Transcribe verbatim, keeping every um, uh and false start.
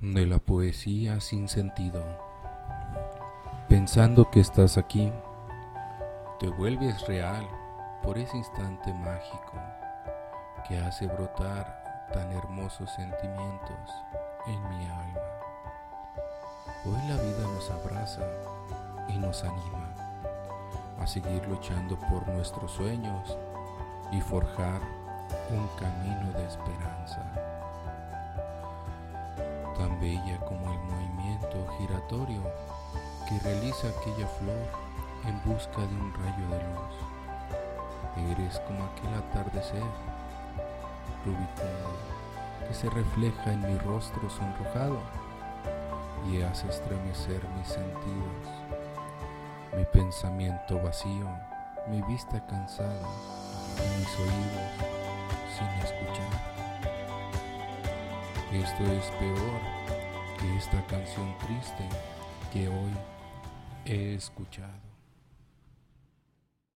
De la poesía sin sentido. Pensando que estás aquí, te vuelves real por ese instante mágico que hace brotar tan hermosos sentimientos en mi alma. Hoy la vida nos abraza y nos anima a seguir luchando por nuestros sueños y forjar un camino de esperanza. Tan bella como el movimiento giratorio que realiza aquella flor en busca de un rayo de luz. Eres como aquel atardecer rubicundo que se refleja en mi rostro sonrojado y hace estremecer mis sentidos, mi pensamiento vacío, mi vista cansada y mis oídos sin escuchar. Esto es peor que esta canción triste que hoy he escuchado.